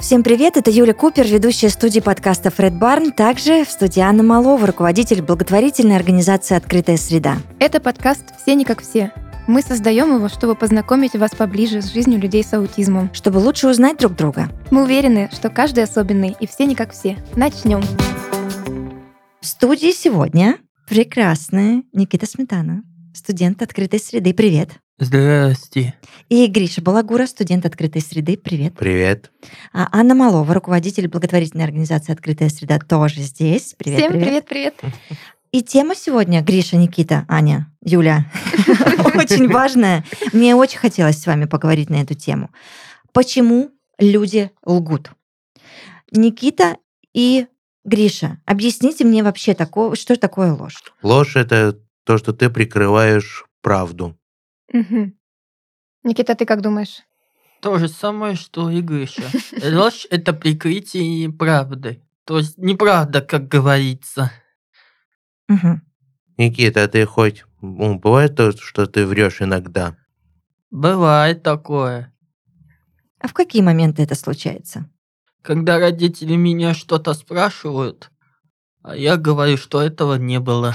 Всем привет, это Юля Купер, ведущая студии подкастов Red Barn, также в студии Анна Малова, руководитель благотворительной организации «Открытая среда». Это подкаст «Все не как все». Мы создаем его, чтобы познакомить вас поближе с жизнью людей с аутизмом. Чтобы лучше узнать друг друга. Мы уверены, что каждый особенный и все не как все. Начнем. В студии сегодня прекрасная Никита Сметана, студент «Открытой среды». Привет. Здрасте. И Гриша Балагура, студент «Открытой среды». Привет. Привет. А Анна Малова, руководитель благотворительной организации «Открытая среда», тоже здесь. Привет, Всем привет. И тема сегодня, Гриша, Никита, Аня, Юля, очень важная. Мне очень хотелось с вами поговорить на эту тему. Почему люди лгут? Никита и Гриша, объясните мне вообще, что такое ложь? Ложь — это то, что ты прикрываешь правду. Угу. Никита, ты как думаешь? То же самое, что и Гриша. Ложь — это прикрытие правды. То есть неправда, как говорится. Угу. Никита, а ты хоть... бывает то, что ты врешь иногда? Бывает такое. А в какие моменты это случается? Когда родители меня что-то спрашивают, а я говорю, что этого не было.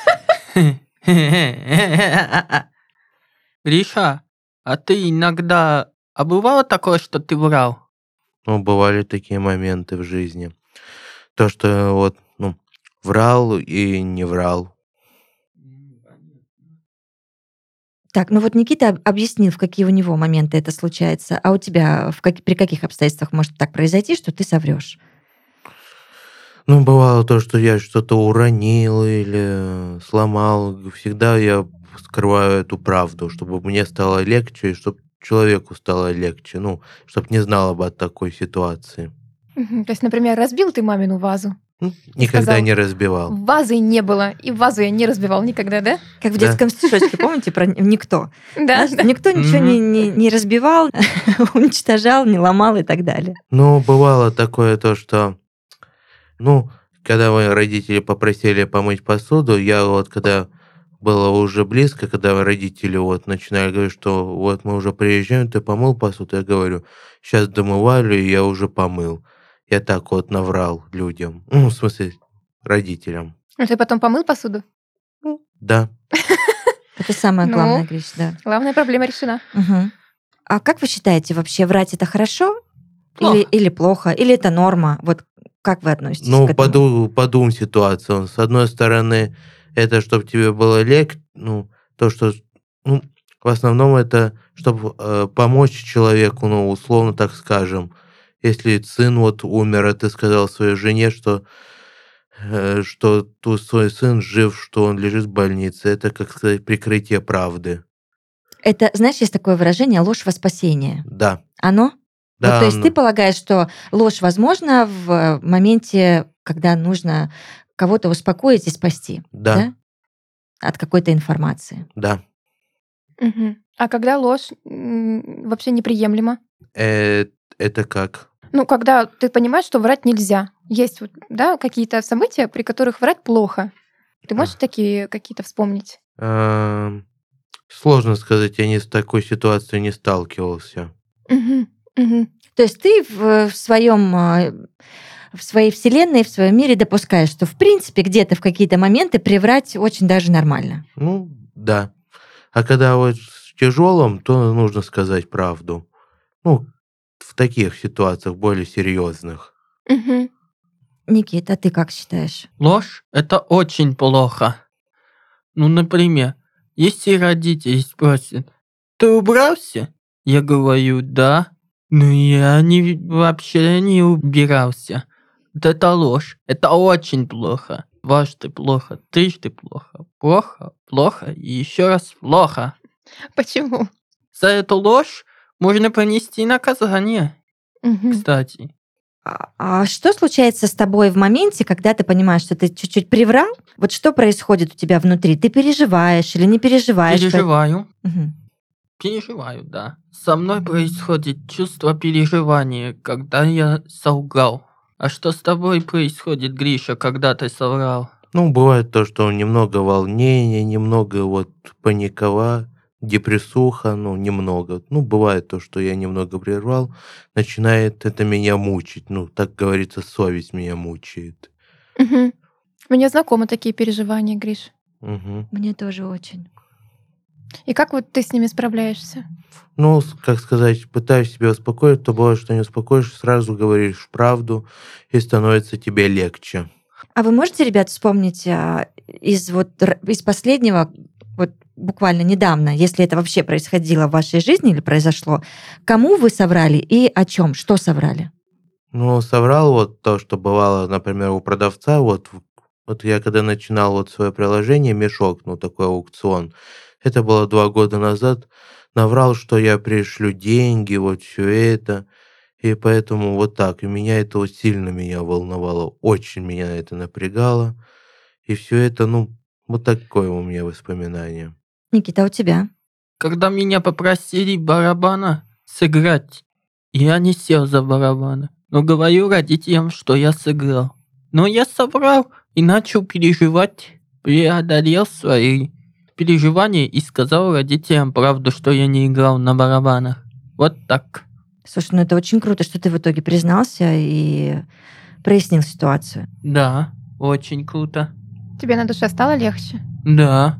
Гриша, а ты иногда... А бывало такое, что ты врал? Бывали такие моменты в жизни. То, что врал и не врал. Так, Никита объяснил, в какие у него моменты это случается, а у тебя при каких обстоятельствах может так произойти, что ты соврешь? Бывало то, что я что-то уронил или сломал. Всегда я скрываю эту правду, чтобы мне стало легче, и чтобы человеку стало легче, чтобы не знал об такой ситуации. То есть, например, разбил ты мамину вазу? Никогда сказал, не разбивал. Вазы не было, и вазу я не разбивал никогда, да? Как в детском стишочке, помните, про никто? Да. Никто ничего не разбивал, уничтожал, не ломал и так далее. Бывало такое то, что, когда мои родители попросили помыть посуду, я когда было уже близко, когда родители начинали говорить, что мы уже приезжаем, ты помыл посуду, я говорю, сейчас домывали, и я уже помыл. Я так наврал людям, в смысле, родителям. А ты потом помыл посуду? Да. Это самое главное, Гриш, да. Главная проблема решена. Угу. А как вы считаете, вообще врать это хорошо? Плохо. Или плохо? Или это норма? Как вы относитесь к этому? По двум ситуациям. С одной стороны, это чтобы тебе было легче, то, что, в основном это, чтобы помочь человеку, условно так скажем. Если сын умер, а ты сказал своей жене, что твой сын жив, что он лежит в больнице, это, как сказать, прикрытие правды. Это, знаешь, есть такое выражение «ложь во спасение». Да. Оно? Да, то есть ты полагаешь, что ложь возможна в моменте, когда нужно кого-то успокоить и спасти? Да. От какой-то информации? Да. Угу. А когда ложь вообще неприемлема? Это как? Когда ты понимаешь, что врать нельзя. Есть какие-то события, при которых врать плохо. Ты можешь такие какие-то вспомнить? Сложно сказать, я с такой ситуацией не сталкивался. Угу. То есть ты в своей вселенной, в своем мире допускаешь, что в принципе где-то в какие-то моменты приврать очень даже нормально. Да. А когда в тяжелом, то нужно сказать правду. В таких ситуациях более серьезных. Угу. Никита, а ты как считаешь? Ложь — это очень плохо. Например, если родители спросят, ты убрался? Я говорю, да. Я вообще не убирался. Это ложь. Это очень плохо. Дважды плохо, трижды плохо. Плохо и еще раз плохо. Почему? За эту ложь можно понести наказание, кстати. А что случается с тобой в моменте, когда ты понимаешь, что ты чуть-чуть приврал? Что происходит у тебя внутри? Ты переживаешь или не переживаешь? Переживаю. Угу. Переживаю, да. Со мной происходит чувство переживания, когда я солгал. А что с тобой происходит, Гриша, когда ты соврал? Бывает то, что немного волнения, немного депрессуха, ну, немного. Ну, бывает то, что я немного прервал, начинает это меня мучить. Ну, так говорится, совесть меня мучает. Мгм. Мне знакомы такие переживания, Гриш. Мгм. Мне тоже очень. И как вот ты с ними справляешься? Ну, как сказать, пытаюсь себя успокоить, то бывает, что не успокоишь, сразу говоришь правду, и становится тебе легче. А вы можете, ребят, вспомнить из последнего, вот буквально недавно, если это вообще происходило в вашей жизни или произошло, кому вы соврали и о чем? Что соврали? Ну, соврал вот то, что бывало, например, у продавца, вот я когда начинал вот свое приложение «Мешок», ну, такой аукцион, это было 2 года назад, наврал, что я пришлю деньги, вот все это, и поэтому вот так. И меня это вот сильно меня волновало, очень меня это напрягало, и все это, ну, вот такое у меня воспоминание. Никита, а у тебя? Когда меня попросили барабана сыграть, я не сел за барабаны, но говорю родителям, что я сыграл. Но я соврал и начал переживать, преодолел свои переживания и сказал родителям правду, что я не играл на барабанах. Вот так. Слушай, ну это очень круто, что ты в итоге признался и прояснил ситуацию. Да, очень круто. Тебе на душе стало легче? Да,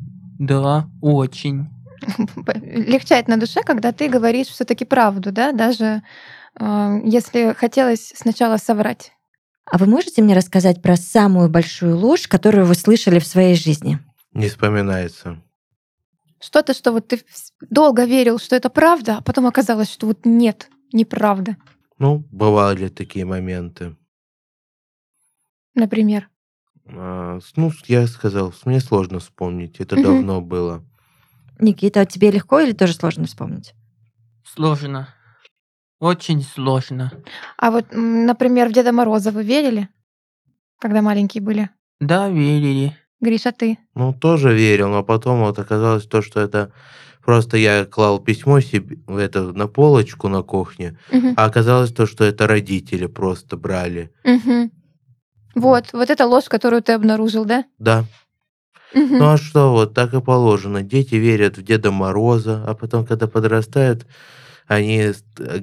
очень. Легчает на душе, когда ты говоришь все-таки правду, да, даже если хотелось сначала соврать. А вы можете мне рассказать про самую большую ложь, которую вы слышали в своей жизни? Не вспоминается. Что-то, что вот ты долго верил, что это правда, а потом оказалось, что вот нет, неправда, Ну, бывали такие моменты. например. Ну, я сказал, мне сложно вспомнить, это Мгм. давно было. Никита, а тебе легко или тоже сложно вспомнить? Сложно. Очень сложно. А вот, например, в Деда Мороза вы верили, когда маленькие были? Да, верили. Гриша, ты? Ну, тоже верил, но потом вот оказалось то, что это просто я клал письмо себе на полочку на кухне, Мгм. а оказалось то, что это родители просто брали. Мгм. Вот эта ложь, которую ты обнаружил, да? Да. Мгм. Ну а что, вот так и положено. Дети верят в Деда Мороза, а потом, когда подрастают, они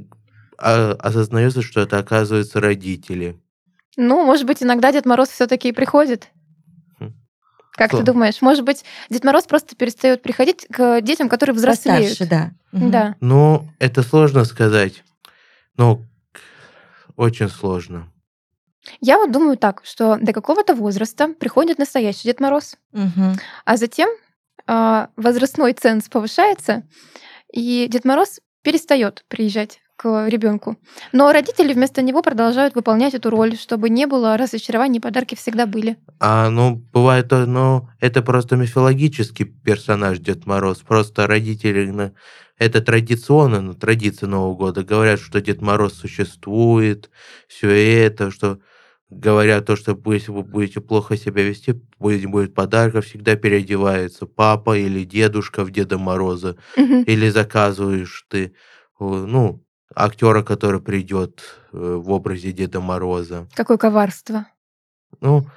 осознаются, что это, оказывается, родители. Ну, может быть, иногда Дед Мороз все-таки и приходит. Хм. Как ты Что? думаешь, может быть, Дед Мороз просто перестает приходить к детям, которые взрослеют? Постарше, да. Мгм. Да. Ну, это сложно сказать. Ну, очень сложно. Я вот думаю так, что до какого-то возраста приходит настоящий Дед Мороз, Мгм. а затем возрастной ценз повышается, и Дед Мороз перестает приезжать к ребенку. Но родители вместо него продолжают выполнять эту роль, чтобы не было разочарований, подарки всегда были. Ну, бывает, это просто мифологический персонаж Дед Мороз. Просто родители, это традиционно, традиция Нового года, говорят, что Дед Мороз существует, все это, что говорят то, что если вы будете плохо себя вести, будет подарков, всегда переодевается папа или дедушка в Деда Мороза, Мгм. или заказываешь ты, ну, актера, который придет в образе Деда Мороза. Какое коварство. Ну,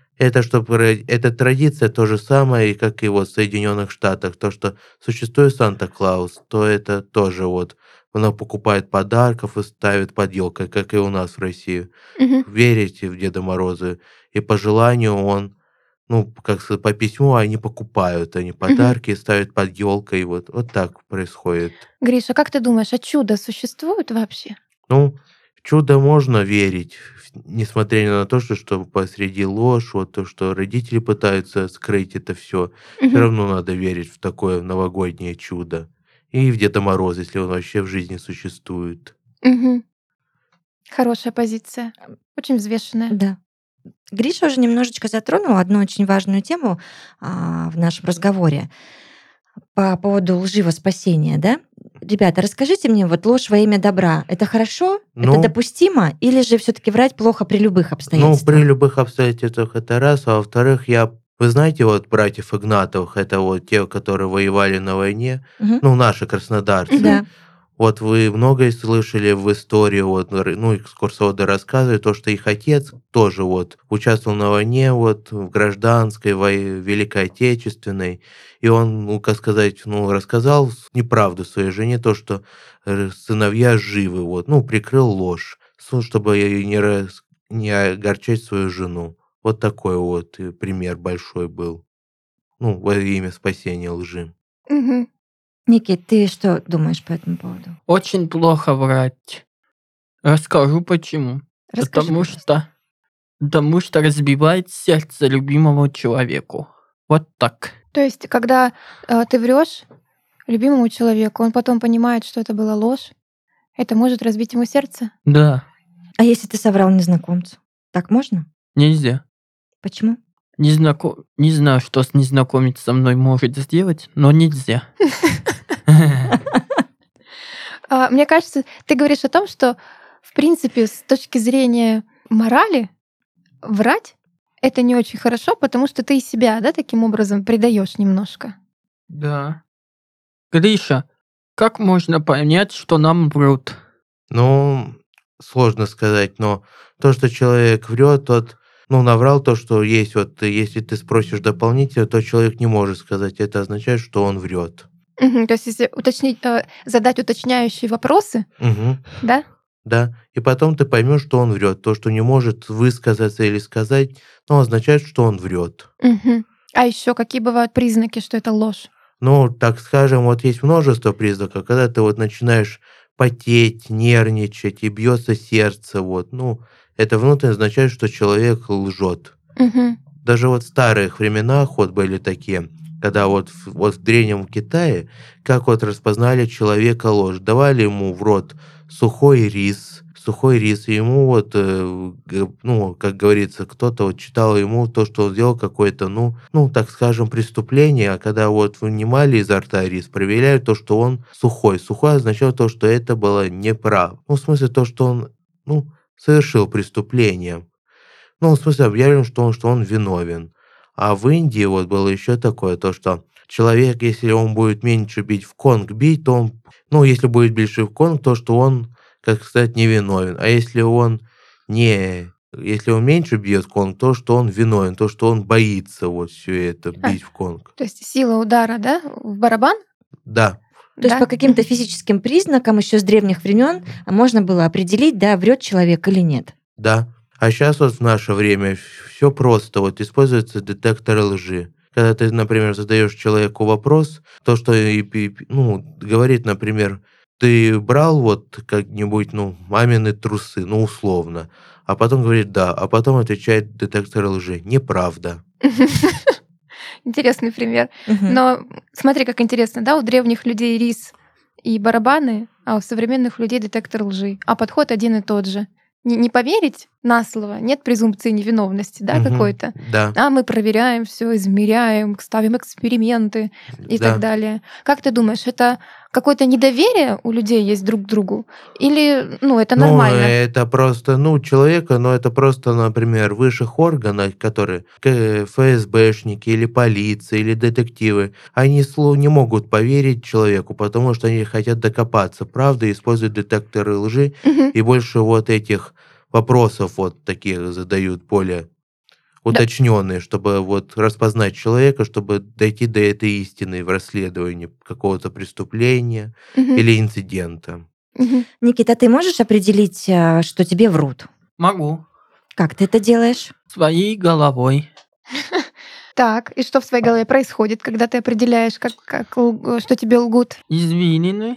эта традиция то же самое, и как и вот в Соединенных Штатах. То, что существует Санта-Клаус, то это тоже вот она покупает подарков и ставит под елкой, как и у нас в России. Мгм. Верите в Деда Мороза, и по желанию он, ну, как сказать, по письму они покупают, они подарки ставят под елкой, вот так происходит. Гриша, как ты думаешь, а чудо существует вообще? Ну, в чудо можно верить, несмотря на то, что посреди ложь, вот то, что родители пытаются скрыть это все Мгм. равно надо верить в такое новогоднее чудо. И в Деда Мороза, если он вообще в жизни существует. Мгм. Хорошая позиция. Очень взвешенная. Да. Гриша уже немножечко затронул одну очень важную тему в нашем разговоре по поводу лживого спасения, да? Ребята, расскажите мне, вот ложь во имя добра, это хорошо? Ну, Это допустимо? Или же все-таки врать плохо при любых Ну, обстоятельствах? при любых обстоятельствах это раз, а во-вторых, вы знаете, вот братьев Игнатовых, это вот те, которые воевали на войне, Мгм. ну, наши краснодарцы. Да. Вот вы многое слышали в истории, вот, ну, экскурсоводы рассказывают, то, что их отец тоже вот участвовал на войне, вот, в гражданской, Великой Отечественной, и он, ну, как сказать, ну, рассказал неправду своей жене, то, что сыновья живы, вот, ну, прикрыл ложь, чтобы не огорчать свою жену. Вот такой вот пример большой был, ну, во имя спасения лжи. Мгм. Никит, ты что думаешь по этому поводу? Очень плохо врать. Расскажу почему. Расскажи, пожалуйста. Потому что разбивает сердце любимому человеку. Вот так. То есть, когда ты врешь любимому человеку, он потом понимает, что это была ложь, это может разбить ему сердце? Да, А если ты соврал незнакомцу? Так можно? нельзя. Почему? Не знаю, что незнакомец со мной может сделать, но нельзя. Мне кажется, ты говоришь о том, что, в принципе, с точки зрения морали, врать это не очень хорошо, потому что ты себя, да, таким образом предаешь немножко. Да. Гриша, как можно понять, что нам врут? Ну, сложно сказать, но то, что человек врет, тот, ну, наврал то, что есть. Вот если ты спросишь дополнительно, то человек не может сказать. Это означает, что он врет. Мгм. То есть, если задать уточняющие вопросы, да? Да. И потом ты поймешь, что он врет. То, что не может высказаться или сказать, ну, означает, что он врет. Мгм. А еще какие бывают признаки, что это ложь? Ну, так скажем, вот есть множество признаков, когда ты вот начинаешь потеть, нервничать, и бьется сердце, вот, ну, это внутренне означает, что человек лжет. Мгм. Даже вот в старых временах вот были такие, когда вот в Древнем Китае, как вот распознали человека ложь, давали ему в рот сухой рис, и ему вот, ну, как говорится, кто-то вот читал ему то, что он сделал какое-то, ну, так скажем, преступление, а когда вот вынимали изо рта рис, проверяли то, что он сухой. Сухой означало то, что это было неправда. Ну, в смысле то, что он, ну, совершил преступление. Ну, в смысле, объявлен, что он виновен. А в Индии вот было еще такое, то, что человек, если он будет меньше бить в конг бить, то он, ну, если будет больше в конг, то, что он, как сказать, невиновен. А если он если он меньше бьет в конг, то, что он виновен, то, что он боится вот все это, А, бить в конг. То есть сила удара, да, в барабан? Да, То есть Да? по каким-то физическим признакам еще с древних времен можно было определить, да, врет человек или нет. да. А сейчас вот в наше время все просто. Вот используются детекторы лжи. Когда ты, например, задаешь человеку вопрос, то, что ну, говорит, например, ты брал вот как-нибудь, ну, мамины трусы, ну, условно, а потом говорит да, а потом отвечает детектор лжи. Неправда. Интересный пример. Мгм. Но смотри, как интересно, да, у древних людей рис и барабаны, а у современных людей детектор лжи. А подход один и тот же. Не поверить на слово, нет презумпции невиновности, да, Мгм. какой-то. Да, А мы проверяем все, измеряем, ставим эксперименты и так да. далее. Как ты думаешь, это какое-то недоверие у людей есть друг к другу? Или, ну, это Ну, нормально? это просто, ну, человека, но это просто, например, высших органов, которые ФСБшники или полиция, или детективы, они не могут поверить человеку, потому что они хотят докопаться правды, используют детекторы лжи, Мгм. и больше вот этих вопросов вот таких задают более Да. уточненные, чтобы вот распознать человека, чтобы дойти до этой истины в расследовании какого-то преступления Мгм. или инцидента. Мгм. Никита, ты можешь определить, что тебе врут? Могу. Как ты это делаешь? Своей головой. Так, и что в своей голове происходит, когда ты определяешь, что тебе лгут? Извинены.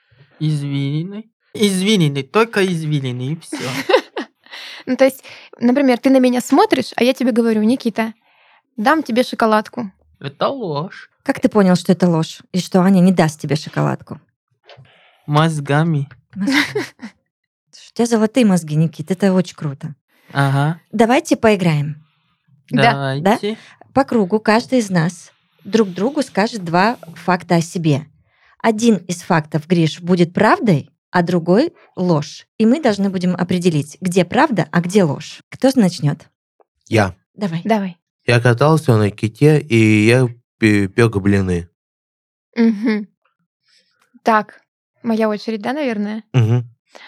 Только извинены, и все. Ну, то есть, например, ты на меня смотришь, а я тебе говорю: Никита, дам тебе шоколадку. Это ложь. Как ты понял, что это ложь? И что Аня не даст тебе шоколадку? Мозгами. Мозги. Слушай, у тебя золотые мозги, Никит, это очень круто. Ага. Давайте поиграем. Да. Давайте. По кругу каждый из нас друг другу скажет 2 факта о себе. Один из фактов, Гриш, будет правдой, а другой — ложь. И мы должны будем определить, где правда, а где ложь. Кто начнет? Я. Давай. Давай. Я катался на ките, и я пек блины. Мгм. Так, Моя очередь, да, наверное? Мгм.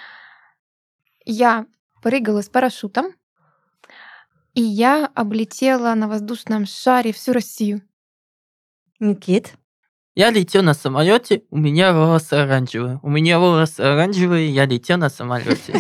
Я прыгала с парашютом, и я облетела на воздушном шаре всю Россию. Никит? Я летел на самолете, у меня волосы оранжевые. У меня волосы оранжевые, я летел на самолете.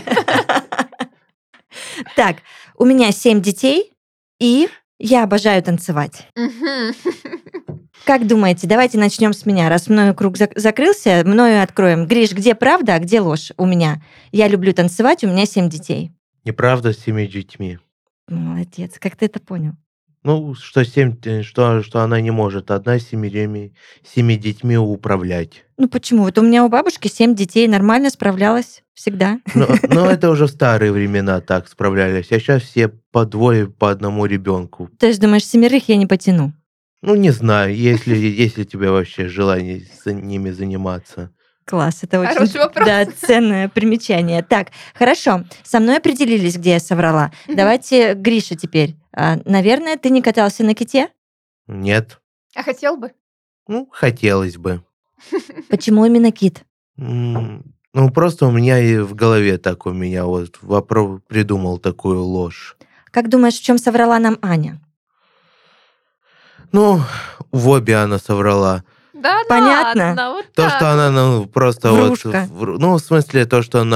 Так, у меня 7 детей, и я обожаю танцевать. Как думаете, давайте начнем с меня. Раз мною круг закрылся, мною откроем. Гриш, где правда, а где ложь у меня? Я люблю танцевать, у меня 7 детей. Неправда с 7 детьми. Молодец, как ты это понял? Ну, что она не может одна с 7 детьми управлять. Ну почему? Вот у меня у бабушки 7 детей, нормально справлялась всегда. Но это уже в старые времена так справлялись, а сейчас все по двое, по одному ребенку. Ты же думаешь, 7 я не потяну? Ну, не знаю, если тебе вообще желание с ними заниматься. Класс, это очень Хороший вопрос. да, ценное примечание. Так, хорошо, со мной определились, где я соврала. Давайте, Гриша, теперь. Наверное, ты не катался на ките? Нет. А хотел бы? Ну, хотелось бы. Почему именно кит? Ну, просто у меня и в голове так у меня вот вопрос придумал такую ложь. Как думаешь, в чем соврала нам Аня? Ну, в обе она соврала. Да, Понятно. ладно, вот То, так что она, ну, просто Врушка. вот... Ну, в смысле, то, что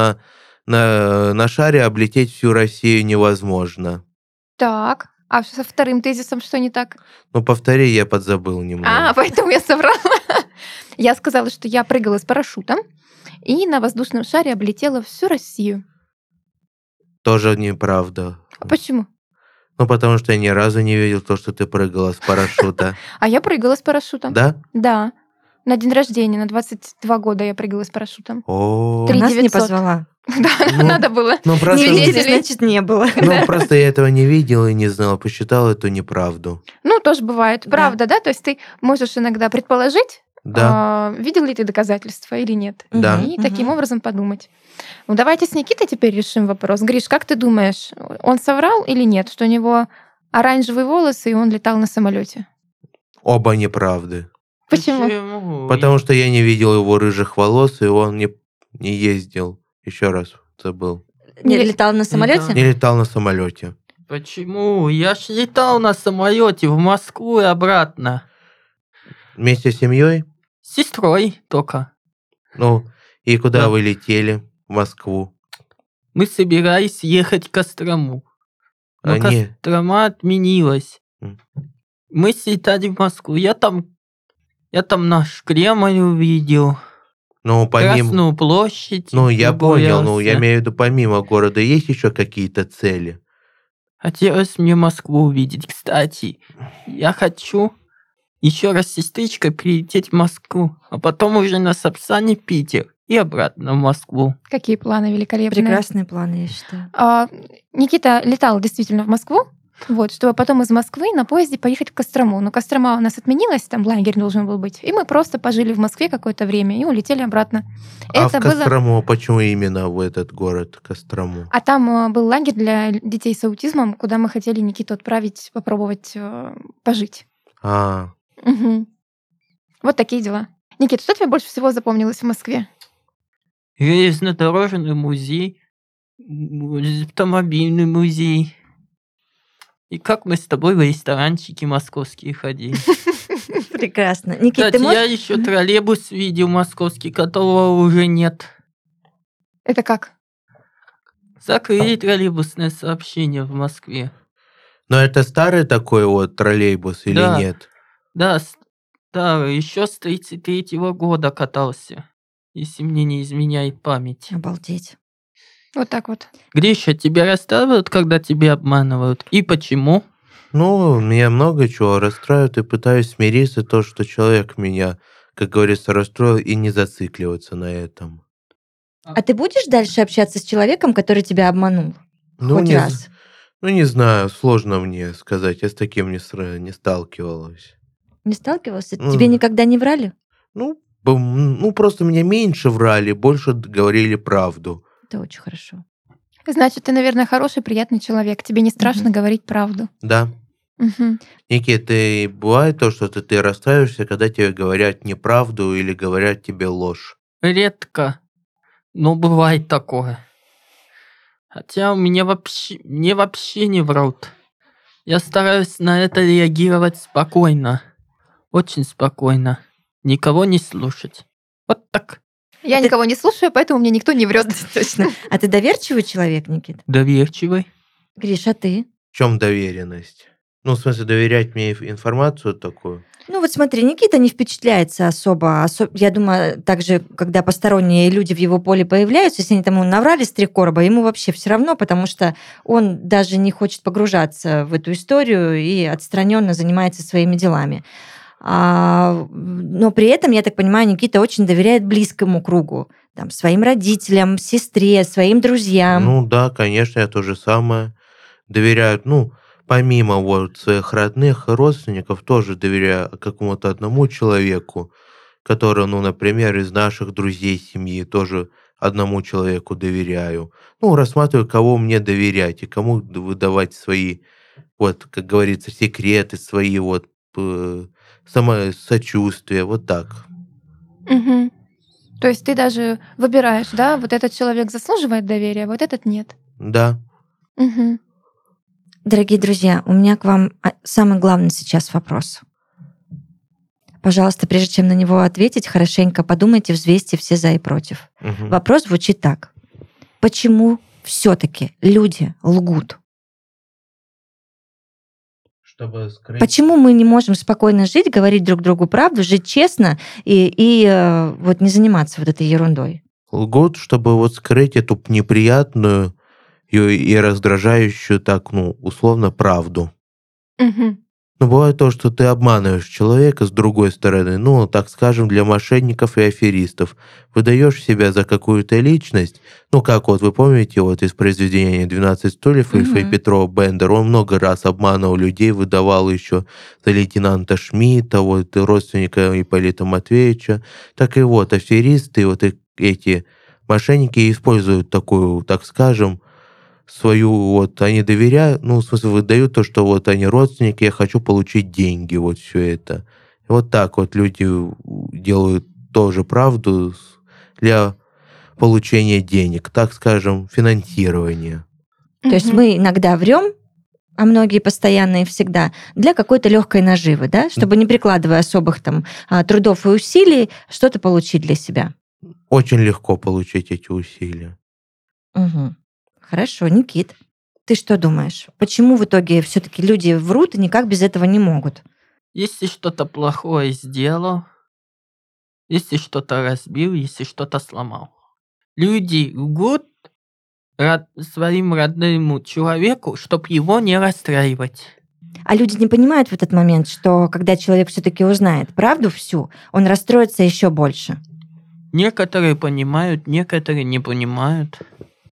на шаре облететь всю Россию невозможно. Так, а со вторым тезисом что не так? Ну, повтори, я подзабыл немного. Поэтому я соврала. Я сказала, что я прыгала с парашютом и на воздушном шаре облетела всю Россию. Тоже неправда. А почему? Ну, потому что я ни разу не видел то, что ты прыгала с парашюта. А я прыгала с парашютом. Да? Да. На день рождения, на 22 года я прыгала с парашютом. О, Ты нас не 3900. позвала. Да, Ну, надо было. ну, Не просто, видели. видели, значит, не было. ну, просто я этого не видел и не знал, посчитал эту неправду. Ну, тоже бывает. Да. Правда, да? То есть ты можешь иногда предположить, Да, видел ли ты доказательства или нет. Да. И таким образом подумать. Ну, давайте с Никитой теперь решим вопрос. Гриш, как ты думаешь, он соврал или нет, что у него оранжевые волосы, и он летал на самолете? оба неправды. Почему? Потому что я не видел его рыжих волос, и он не ездил. Еще раз забыл. Не летал на самолете? Не летал на самолете. Почему? Я ж летал на самолете в Москву и обратно. Вместе с семьей? С сестрой только. Ну, и куда Да. вы летели? В Москву. Мы собирались ехать в Кострому. Но Они- Кострома отменилась. М. Мы слетали в Москву. Я там наш Кремль увидел. Ну, помимо... Красную площадь. Ну, я понял, ну, я прогулялся. имею в виду, помимо города, есть еще какие-то цели? Хотелось мне Москву увидеть. Кстати, я хочу еще раз с сестричкой прилететь в Москву, а потом уже на Сапсане в Питер и обратно в Москву. Какие планы великолепные. Прекрасные планы, я считаю. Никита летал действительно в Москву, вот, чтобы потом из Москвы на поезде поехать в Кострому. Но Кострома у нас отменилась, там лагерь должен был быть. И мы просто пожили в Москве какое-то время и улетели обратно. А Это в было... Кострому, почему именно в этот город Кострому? А там был лагерь для детей с аутизмом, куда мы хотели Никиту отправить, попробовать пожить. А, Мгм. Вот такие дела. Никита, что тебе больше всего запомнилось в Москве? Железнодорожный музей, автомобильный музей. И как мы с тобой в ресторанчики московские ходили. Прекрасно. Никит, Кстати, ты можешь... я еще троллейбус видел московский, которого уже нет. Это как? Закрыли троллейбусное сообщение в Москве. но это старый такой вот троллейбус или Да. нет? Да, еще с 33-го года катался, если мне не изменяет память. Обалдеть. Вот так вот. Гриша, тебя расстраивают, когда тебя обманывают? И почему? Ну, меня много чего расстраивает, и пытаюсь смириться то, что человек меня, как говорится, расстроил, и не зацикливаться на этом. А ты будешь дальше общаться с человеком, который тебя обманул? Ну, Хоть не, раз. ну, не знаю, сложно мне сказать, я с таким не сталкивалась. Не сталкивался? Ну. Тебе никогда не врали? Ну, просто меня меньше врали, больше говорили правду. Это очень хорошо. Значит, ты, наверное, хороший, приятный человек. Тебе не страшно говорить правду. Да. Мгм. Никит, ты бывает то, что ты расстраиваешься, когда тебе говорят неправду или говорят тебе ложь? редко, но бывает такое. Хотя мне вообще не врут. Я стараюсь на это реагировать спокойно. Очень спокойно. Никого не слушать. Вот так. Я Ты- никого не слушаю, поэтому мне никто не врет. Точно. А ты доверчивый человек, Никит? Доверчивый. Гриш, а ты? В чем доверенность? Ну, в смысле, доверять мне информацию такую? Ну вот смотри, Никита не впечатляется особо. Я думаю, также, когда посторонние люди в его поле появляются, если они там ему наврали с 3 короба, ему вообще все равно, потому что он даже не хочет погружаться в эту историю и отстраненно занимается своими делами. Но при этом, я так понимаю, Никита очень доверяет близкому кругу, там, своим родителям, сестре, своим друзьям. Ну да, конечно, я то же самое. Доверяю, ну, помимо вот своих родных и родственников, тоже доверяю какому-то одному человеку, который, ну, например, из наших друзей семьи, тоже одному человеку доверяю. Ну, рассматриваю, кого мне доверять и кому выдавать свои, вот, как говорится, секреты, свои вот сочувствия, вот так. Мгм. То есть ты даже выбираешь, да, вот этот человек заслуживает доверия, вот этот нет. Да. Мгм. Дорогие друзья, у меня к вам самый главный сейчас вопрос. Пожалуйста, прежде чем на него ответить, хорошенько подумайте, взвесьте все за и против. Мгм. Вопрос звучит так. Почему все-таки люди лгут? Чтобы скрыть... Почему мы не можем спокойно жить, говорить друг другу правду, жить честно и вот не заниматься вот этой ерундой? Лгут, чтобы вот скрыть эту неприятную и раздражающую, так, ну, условно, правду. Мгм. Но бывает то, что ты обманываешь человека с другой стороны, ну, так скажем, для мошенников и аферистов. Выдаешь себя за какую-то личность, ну, как вот вы помните, вот из произведения «12 стульев» Ильфа и Мгм. Петрова Бендер, он много раз обманывал людей, выдавал еще за лейтенанта Шмидта, вот, и родственника Ипполита Матвеевича. Так и вот, аферисты, вот эти мошенники используют такую, так скажем, свою, вот, они доверяют, ну, в смысле, выдают то, что вот они родственники, я хочу получить деньги, вот все это. И вот так вот люди делают тоже правду для получения денег, так скажем, финансирования. То есть Мгм. мы иногда врем, а многие постоянно и всегда, для какой-то легкой наживы, да, чтобы не прикладывая особых там трудов и усилий, что-то получить для себя. Очень легко получить эти усилия. Мгм. Хорошо, Никит, ты что думаешь? Почему в итоге все-таки люди врут и никак без этого не могут? Если что-то плохое сделал, если что-то разбил, если что-то сломал. Люди лгут своим родному человеку, чтобы его не расстраивать. А люди не понимают в этот момент, что когда человек все-таки узнает правду всю, он расстроится еще больше. Некоторые понимают, некоторые не понимают.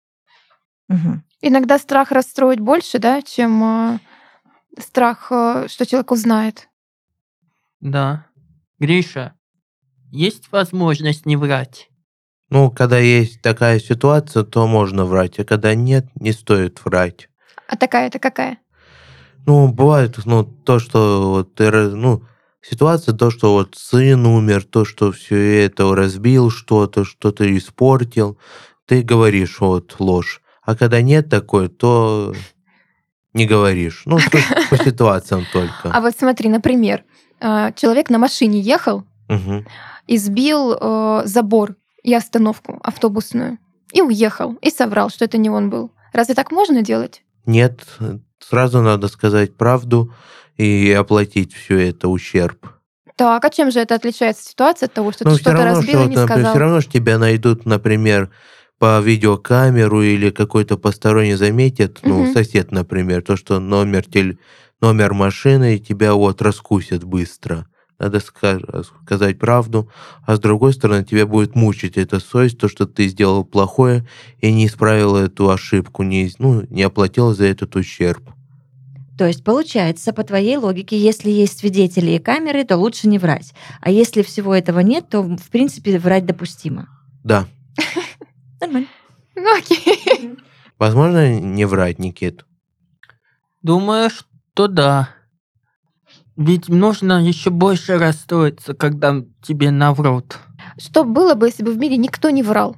Мгм. Иногда страх расстроить больше, да, чем страх, что человек узнает. Да. Гриша, есть возможность не врать? Ну, когда есть такая ситуация, то можно врать, а когда нет, не стоит врать. А такая-то какая? Ну, бывает, ну, то, что вот ты, ну, ситуация, то, что вот сын умер, то, что все это разбил что-то, что-то испортил, ты говоришь вот ложь. А когда нет такой, то не говоришь. Ну, то есть по ситуациям А только. вот смотри, например, человек на машине ехал Мгм. и сбил забор и остановку автобусную. И уехал, и соврал, что это не он был. Разве так можно делать? Нет, сразу надо сказать правду и оплатить все это ущерб. Так, а чем же это отличается ситуация от того, что Ну, ты все что-то равно, разбил что, и не например, сказал? все равно, что тебя найдут, например, по видеокамеру или какой-то посторонний заметит, ну, Мгм. сосед, например, то, что номер машины, и тебя вот раскусят быстро. Надо сказать правду, а с другой стороны, тебя будет мучить эта совесть, то, что ты сделал плохое и не исправил эту ошибку, не оплатил за этот ущерб. То есть, получается, по твоей логике, если есть свидетели и камеры, то лучше не врать. А если всего этого нет, то, в принципе, врать допустимо. Да. Нормально. Ну, окей. Возможно, не врать, Никит? Думаю, что да. Ведь нужно еще больше расстроиться, когда тебе наврут. Что было бы, если бы в мире никто не врал?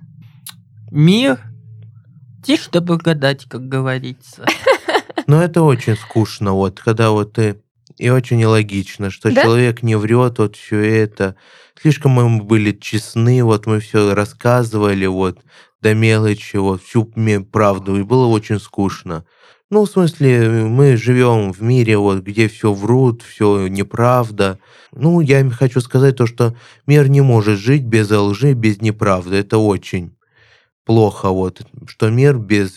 Мир тишь да благодать, как говорится. Но это очень скучно, вот, когда вот ты... И очень нелогично, что Да? человек не врет, вот все это. Слишком мы были честны, вот мы все рассказывали, вот, до мелочи, вот, всю правду, и было очень скучно. Ну, в смысле, мы живем в мире, вот, где все врут, все неправда. Ну, я им хочу сказать то, что мир не может жить без лжи, без неправды. Это очень плохо, вот, что мир без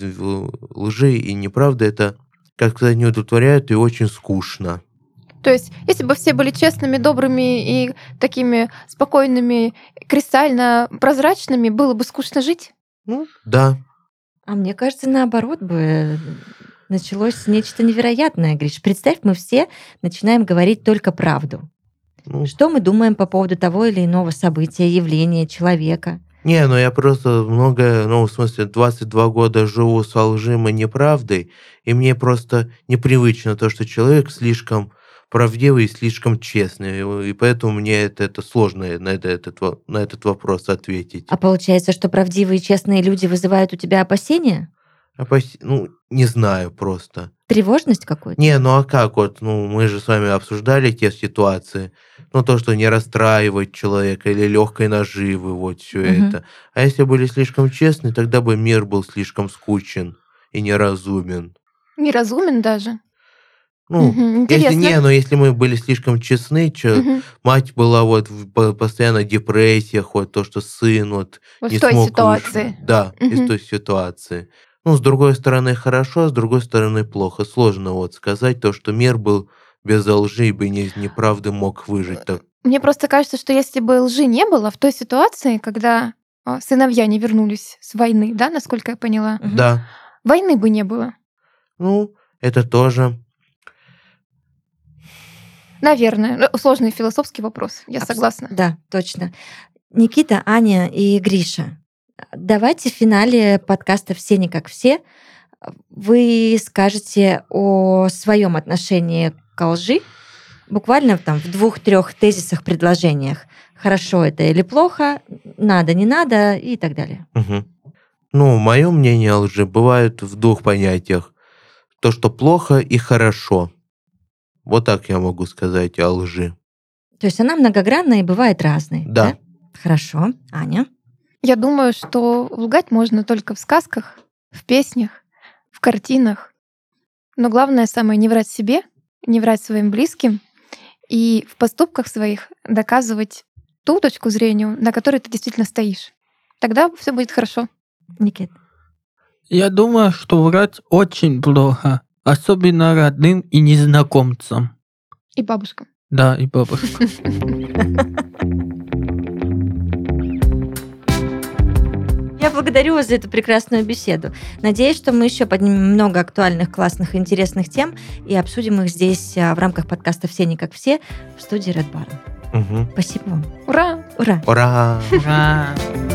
лжи и неправды, это, как сказать, не удовлетворяет и очень скучно. То есть, если бы все были честными, добрыми и такими спокойными, кристально прозрачными, было бы скучно жить? Ну, да. А мне кажется, наоборот бы началось нечто невероятное, Гриш. Представь, мы все начинаем говорить только правду. Ну, Что мы думаем по поводу того или иного события, явления, человека? не, ну я просто много, ну, в смысле, 22 года живу со лжим и неправдой, и мне просто непривычно то, что человек слишком правдивый и слишком честный, и поэтому мне это сложно на этот вопрос ответить. А получается, что правдивые и честные люди вызывают у тебя опасения? Ну, не знаю просто. Тревожность какую-то? Не, ну а как вот, ну мы же с вами обсуждали те ситуации, ну то, что не расстраивать человека или легкой наживы, вот все Мгм. это. А если были слишком честны, тогда бы мир был слишком скучен и неразумен. Неразумен даже. Ну, Мгм, если интересно. но если мы были слишком честны, Мгм. мать была вот постоянно в депрессиях, вот то, что сын вот Вот не в той смог ситуации. да, из Мгм. той ситуации. Ну, с другой стороны, хорошо, а с другой стороны, плохо. Сложно вот сказать то, что мир был без лжи, и бы из неправды мог выжить. Так. Мне просто кажется, что если бы лжи не было в той ситуации, когда сыновья не вернулись с войны, да, насколько я поняла, Мгм. Да, войны бы не было. ну, это тоже. Наверное. Ну, сложный философский вопрос, я согласна. Да, точно. Никита, Аня и Гриша, давайте в финале подкаста «Все не как все» вы скажете о своем отношении к лжи, буквально там в 2-3 тезисах, предложениях. Хорошо это или плохо, надо, не надо и так далее. Мгм. Ну, мое мнение о лжи бывает в двух понятиях. То, что плохо и хорошо. Вот так я могу сказать о лжи. То есть она многогранная и бывает разной. Да. Хорошо. Аня? Я думаю, что лгать можно только в сказках, в песнях, в картинах. Но главное самое не врать себе, не врать своим близким и в поступках своих доказывать ту точку зрения, на которой ты действительно стоишь. Тогда все будет хорошо. Никит? Я думаю, что врать очень плохо, особенно родным и незнакомцам. И бабушка. Да, и бабушка. Я благодарю вас за эту прекрасную беседу. Надеюсь, что мы еще поднимем много актуальных, классных и интересных тем и обсудим их здесь в рамках подкаста «Все не как все» в студии Red Barn. Мгм. Спасибо вам. Ура! Ура! Ура! Ура!